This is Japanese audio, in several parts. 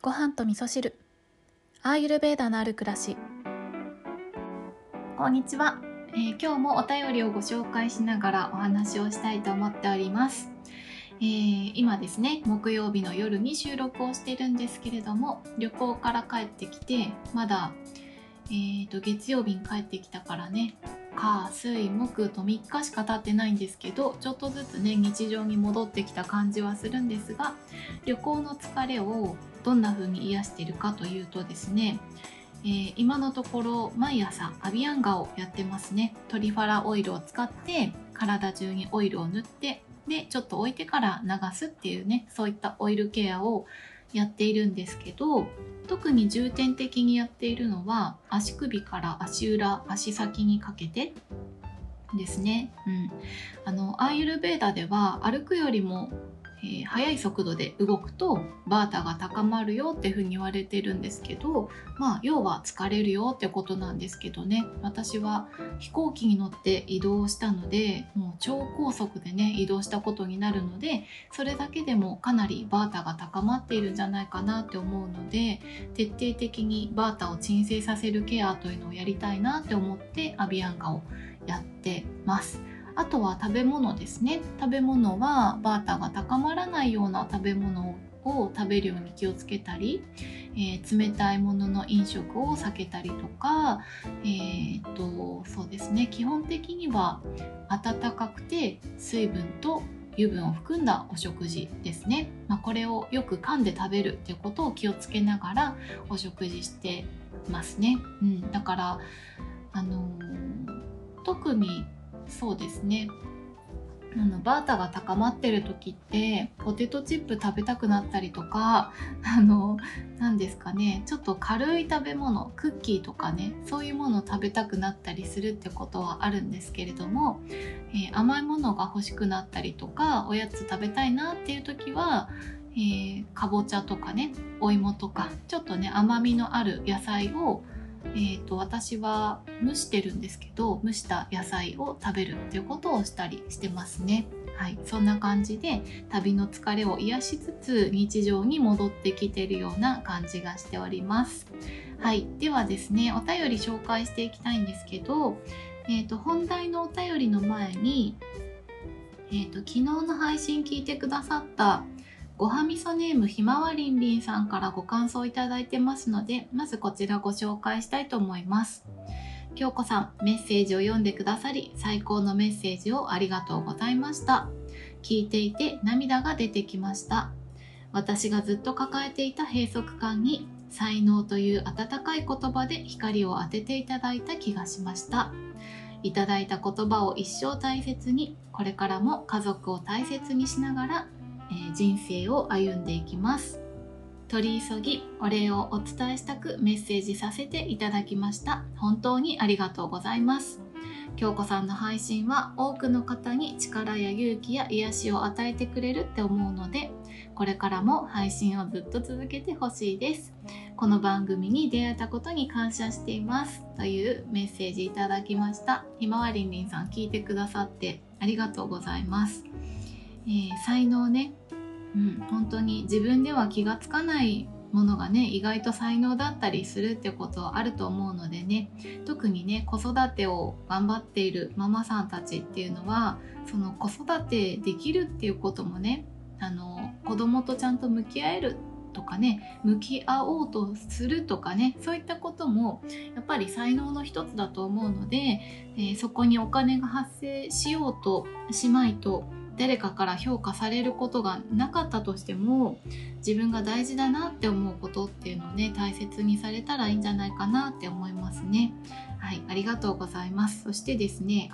ご飯と味噌汁、アーユルヴェーダのある暮らし。こんにちは、今日もお便りをご紹介しながらお話をしたいと思っております。今ですね、木曜日の夜に収録をしているんですけれども、旅行から帰ってきてまだ、月曜日に帰ってきたからね、火水木と3日しか経ってないんですけど、ちょっとずつね日常に戻ってきた感じはするんですが、旅行の疲れをどんな風に癒しているかというとですね、今のところ毎朝アビアンガをやってますね。トリファラオイルを使って体中にオイルを塗って、でちょっと置いてから流すっていうね、そういったオイルケアをやっているんですけど、特に重点的にやっているのは足首から足裏、足先にかけてですね。アーユルヴェーダでは歩くよりも速い速度で動くとバータが高まるよっていうふうに言われてるんですけど、要は疲れるよってことなんですけどね、私は飛行機に乗って移動したので、もう超高速でね移動したことになるので、それだけでもかなりバータが高まっているんじゃないかなって思うので、徹底的にバータを鎮静させるケアというのをやりたいなって思ってアビアンガをやってます。あとは食べ物ですね。食べ物はバータが高まらないような食べ物を食べるように気をつけたり、冷たいものの飲食を避けたりとか、そうですね、基本的には温かくて水分と油分を含んだお食事ですね。これをよく噛んで食べるっていうことを気をつけながらお食事してますね。だから特にそうですね、バータが高まってる時ってポテトチップ食べたくなったりとか、何ですかね、ちょっと軽い食べ物、クッキーとかね、そういうものを食べたくなったりするってことはあるんですけれども、甘いものが欲しくなったりとか、おやつ食べたいなっていう時は、かぼちゃとかね、お芋とかちょっとね甘みのある野菜を私は蒸してるんですけど、蒸した野菜を食べるっていうことをしたりしてますね。そんな感じで旅の疲れを癒しつつ日常に戻ってきているような感じがしております。ではですね、お便り紹介していきたいんですけど、本題のお便りの前に、昨日の配信聞いてくださったごはみそネームひまわりんりんさんからご感想いただいてますので、まずこちらご紹介したいと思います。京子さん、メッセージを読んでくださり最高のメッセージをありがとうございました。聞いていて涙が出てきました。私がずっと抱えていた閉塞感に才能という温かい言葉で光を当てていただいた気がしました。いただいた言葉を一生大切に、これからも家族を大切にしながら人生を歩んでいきます。取り急ぎお礼をお伝えしたくメッセージさせていただきました。本当にありがとうございます。京子さんの配信は多くの方に力や勇気や癒しを与えてくれるって思うので、これからも配信をずっと続けてほしいです。この番組に出会えたことに感謝しています、というメッセージいただきました。ひまわりんりんさん、聞いてくださってありがとうございます。才能ね、本当に自分では気がつかないものがね、意外と才能だったりするってことはあると思うのでね、特にね子育てを頑張っているママさんたちっていうのは、その子育てできるっていうこともね、子供とちゃんと向き合えるとかね、向き合おうとするとかね、そういったこともやっぱり才能の一つだと思うので、そこにお金が発生しようとしまいと、誰かから評価されることがなかったとしても、自分が大事だなって思うことっていうのをね、大切にされたらいいんじゃないかなって思いますね。ありがとうございます。そしてですね、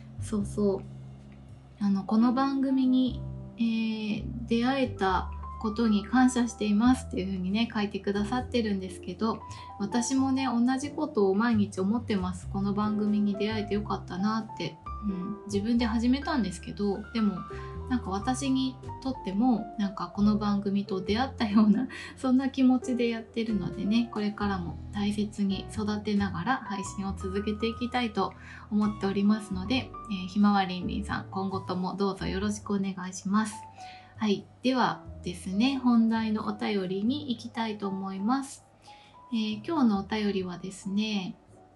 この番組に、出会えたことに感謝していますっていう風にね書いてくださってるんですけど、私もね同じことを毎日思ってます。この番組に出会えてよかったなって、自分で始めたんですけど、でもなんか私にとってもなんかこの番組と出会ったようなそんな気持ちでやってるのでね、これからも大切に育てながら配信を続けていきたいと思っておりますので、ひまわりんりんさん、今後ともどうぞよろしくお願いします。 はい、ではですね、本題のお便りに行きたいと思います。今日のお便りはですね、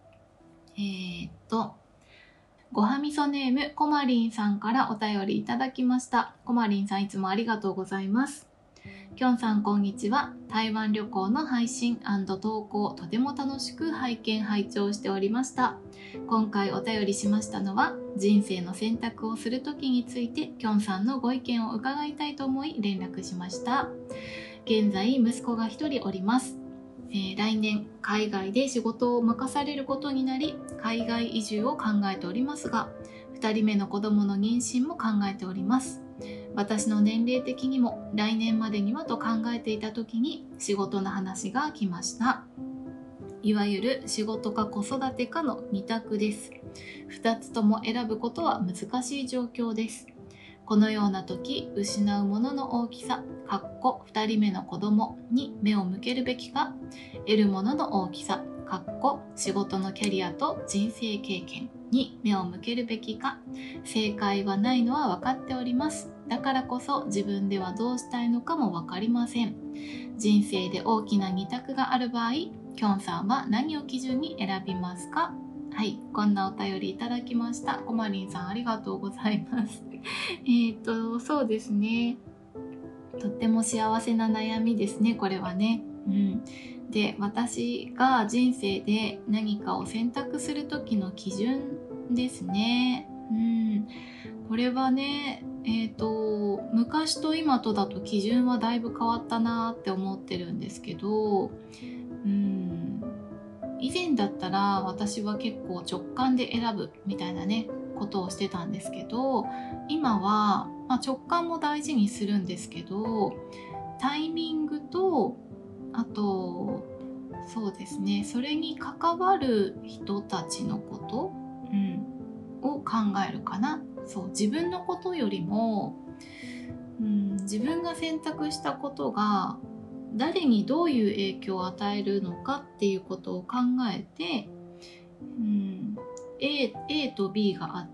ごはみそネームこまりんさんからお便りいただきました。こまりんさん、いつもありがとうございます。きょんさん、こんにちは。台湾旅行の配信&投稿、とても楽しく拝聴しておりました。今回お便りしましたのは、人生の選択をするときについてきょんさんのご意見を伺いたいと思い連絡しました。現在息子が一人おります。来年海外で仕事を任されることになり、海外移住を考えておりますが、2人目の子供の妊娠も考えております。私の年齢的にも来年までにはと考えていた時に仕事の話が来ました。いわゆる仕事か子育てかの2択です。2つとも選ぶことは難しい状況です。このような時、失うものの大きさ、2人目の子供に目を向けるべきか、得るものの大きさ、仕事のキャリアと人生経験に目を向けるべきか、正解はないのは分かっております。だからこそ自分ではどうしたいのかも分かりません。人生で大きな2択がある場合、きょんさんは何を基準に選びますか？はい、こんなお便りいただきました。こまりんさん、ありがとうございます。そうですね。とっても幸せな悩みですね、これはね。で、私が人生で何かを選択する時の基準ですね。これはね、昔と今とだと基準はだいぶ変わったなって思ってるんですけど、以前だったら私は結構直感で選ぶみたいなねことをしてたんですけど、今は、直感も大事にするんですけど、タイミングと、あとそうですね、それに関わる人たちのこと、を考えるかな。そう、自分のことよりも、自分が選択したことが誰にどういう影響を与えるのかっていうことを考えて、A と B があって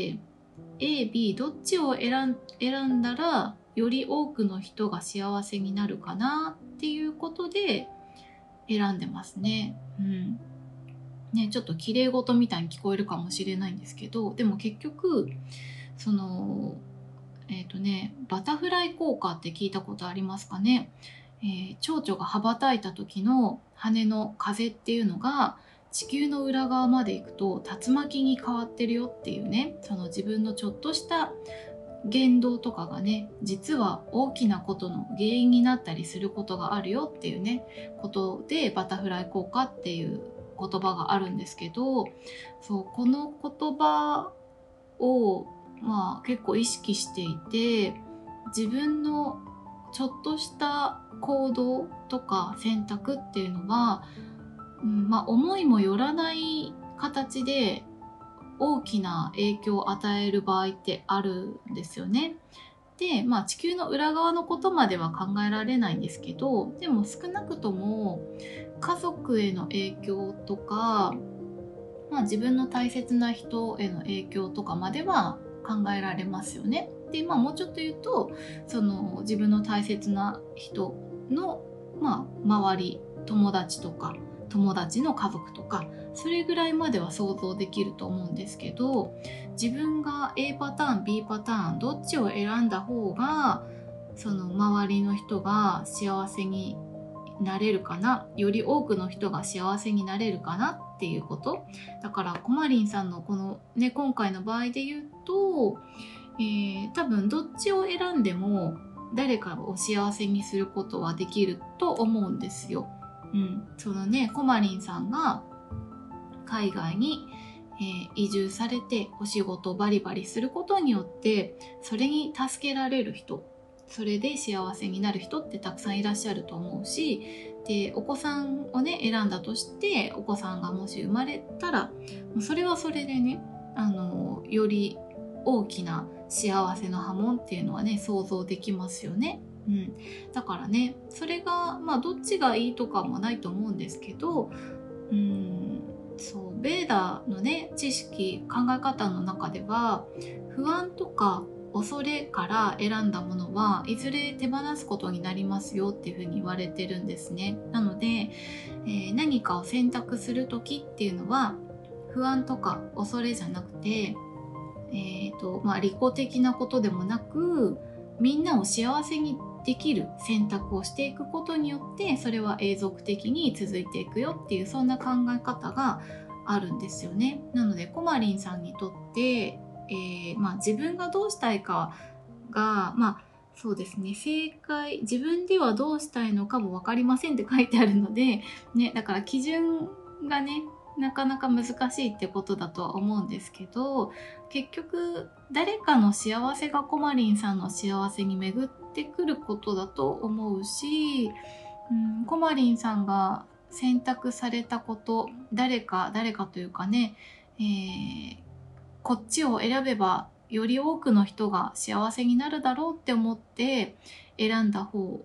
、A、B どっちを選んだらより多くの人が幸せになるかなっていうことで選んでますね。ちょっと綺麗事みたいに聞こえるかもしれないんですけど、でも結局そのバタフライ効果って聞いたことありますかね。蝶々が羽ばたいた時の羽の風っていうのが地球の裏側まで行くと竜巻に変わってるよっていうね、その自分のちょっとした言動とかがね、実は大きなことの原因になったりすることがあるよっていうねことで、バタフライ効果っていう言葉があるんですけど、そう、この言葉を結構意識していて、自分のちょっとした行動とか選択っていうのは、思いもよらない形で大きな影響を与える場合ってあるんですよね。で、地球の裏側のことまでは考えられないんですけど、でも少なくとも家族への影響とか、自分の大切な人への影響とかまでは考えられますよね。で、もうちょっと言うと、その自分の大切な人の、周り、友達とか友達の家族とか、それぐらいまでは想像できると思うんですけど、自分が A パターン B パターンどっちを選んだ方がその周りの人が幸せになれるかな、より多くの人が幸せになれるかなっていうこと。だからこまりんさんのこのね、今回の場合で言うと、多分どっちを選んでも誰かを幸せにすることはできると思うんですよ。そのね、こまりんさんが海外に、移住されてお仕事をバリバリすることによって、それに助けられる人、それで幸せになる人ってたくさんいらっしゃると思うし、でお子さんをね選んだとして、お子さんがもし生まれたら、それはそれでね、より大きな幸せの波紋っていうのはね想像できますよね。だからね、それがどっちがいいとかもないと思うんですけど、そうベーダのね知識、考え方の中では、不安とか恐れから選んだものはいずれ手放すことになりますよっていうふうに言われてるんですね。なので、何かを選択する時っていうのは不安とか恐れじゃなくて、利己的なことでもなく、みんなを幸せにできる選択をしていくことによって、それは永続的に続いていくよっていう、そんな考え方があるんですよね。なのでコマリンさんにとって、自分がどうしたいかが、そうですね、正解、自分ではどうしたいのかも分かりませんって書いてあるので、だから基準がね、なかなか難しいってことだとは思うんですけど、結局誰かの幸せがコマリンさんの幸せに巡ってくることだと思うし、コマリンさんが選択されたこと、誰かというかね、こっちを選べばより多くの人が幸せになるだろうって思って選んだ方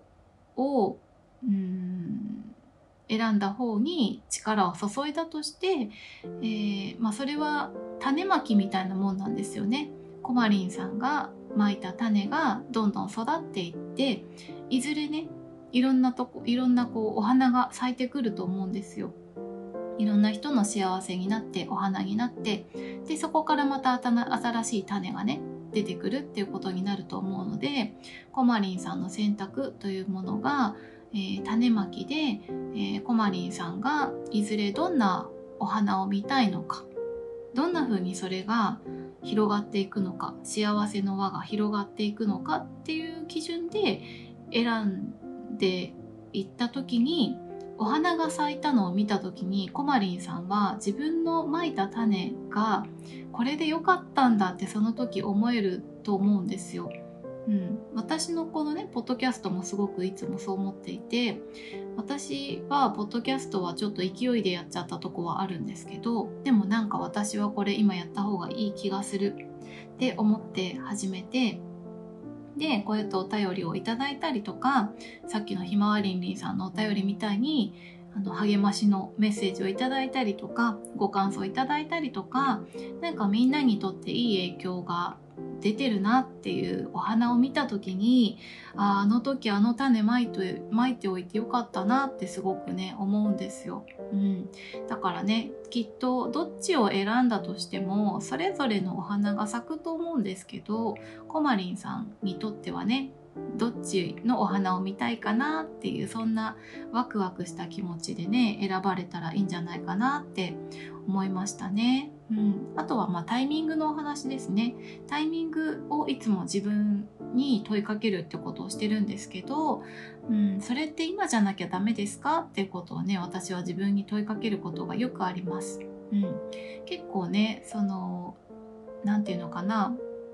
に力を注いだとして、それは種まきみたいなもんなんですよね。コマリンさんがまいた種がどんどん育っていって、いずれね、いろんなお花が咲いてくると思うんですよ。いろんな人の幸せになってお花になって、でそこからまた新しい種がね出てくるっていうことになると思うので、コマリンさんの選択というものが、種まきで、コマリンさんがいずれどんなお花を見たいのか、どんな風にそれが広がっていくのか、幸せの輪が広がっていくのかっていう基準で選んでいった時に、お花が咲いたのを見た時にコマリンさんは自分のまいた種がこれで良かったんだってその時思えると思うんですよ。私のこのねポッドキャストもすごくいつもそう思っていて、私はポッドキャストはちょっと勢いでやっちゃったとこはあるんですけど、でもなんか私はこれ今やった方がいい気がするって思って始めて、でこうやってお便りをいただいたりとか、さっきのひまわりんりんさんのお便りみたいに励ましのメッセージをいただいたりとか、ご感想いただいたりとか、なんかみんなにとっていい影響が出てるなっていうお花を見た時に、あの時あの種まいておいてよかったなってすごくね思うんですよ。だからね、きっとどっちを選んだとしてもそれぞれのお花が咲くと思うんですけど、コマリンさんにとってはね、どっちのお花を見たいかなっていう、そんなワクワクした気持ちでね選ばれたらいいんじゃないかなって思いましたね。あとはタイミングのお話ですね。タイミングをいつも自分に問いかけるってことをしてるんですけど、それって今じゃなきゃダメですかっていうことをね、私は自分に問いかけることがよくあります。結構ね、なんていうのかな、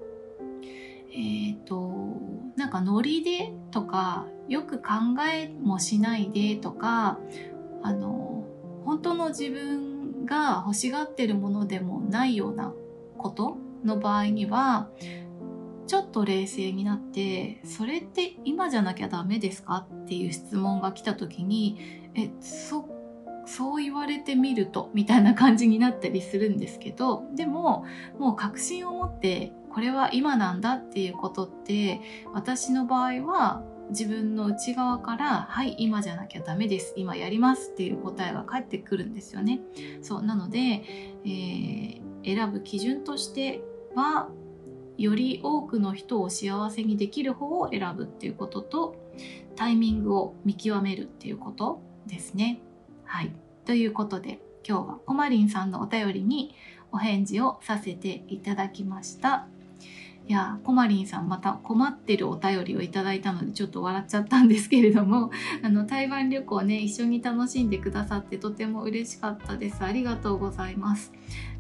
なんかノリでとか、よく考えもしないでとか、本当の自分が欲しがってるものでもないようなことの場合には、ちょっと冷静になって、それって今じゃなきゃダメですかっていう質問が来た時に、そう言われてみるとみたいな感じになったりするんですけど、でももう確信を持ってこれは今なんだっていうことって、私の場合は自分の内側から、はい、今じゃなきゃダメです、今やりますっていう答えが返ってくるんですよね。そうなので、選ぶ基準としては、より多くの人を幸せにできる方を選ぶっていうことと、タイミングを見極めるっていうことですね。はい、ということで今日はコマリンさんのお便りにお返事をさせていただきました。いや、コマリンさんまた困ってるお便りをいただいたのでちょっと笑っちゃったんですけれども、台湾旅行ね一緒に楽しんでくださってとても嬉しかったです。ありがとうございます。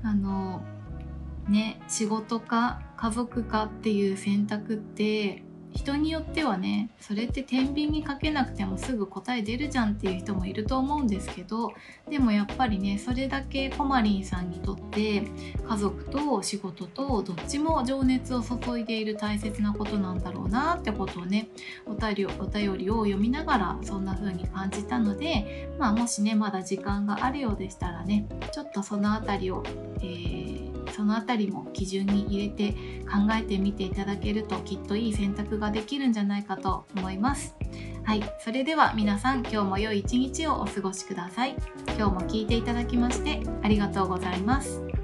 仕事か家族かっていう選択って人によってはね、それって天秤にかけなくてもすぐ答え出るじゃんっていう人もいると思うんですけど、でもやっぱりね、それだけコマリンさんにとって家族と仕事とどっちも情熱を注いでいる大切なことなんだろうなってことをね、お便りを読みながらそんな風に感じたので、もしねまだ時間があるようでしたらね、ちょっとそのあたりを、 そのあたりも基準に入れて考えてみていただけると、きっといい選択ができるんじゃないかと思います。はい、それでは皆さん、今日も良い一日をお過ごしください。今日も聞いていただきましてありがとうございます。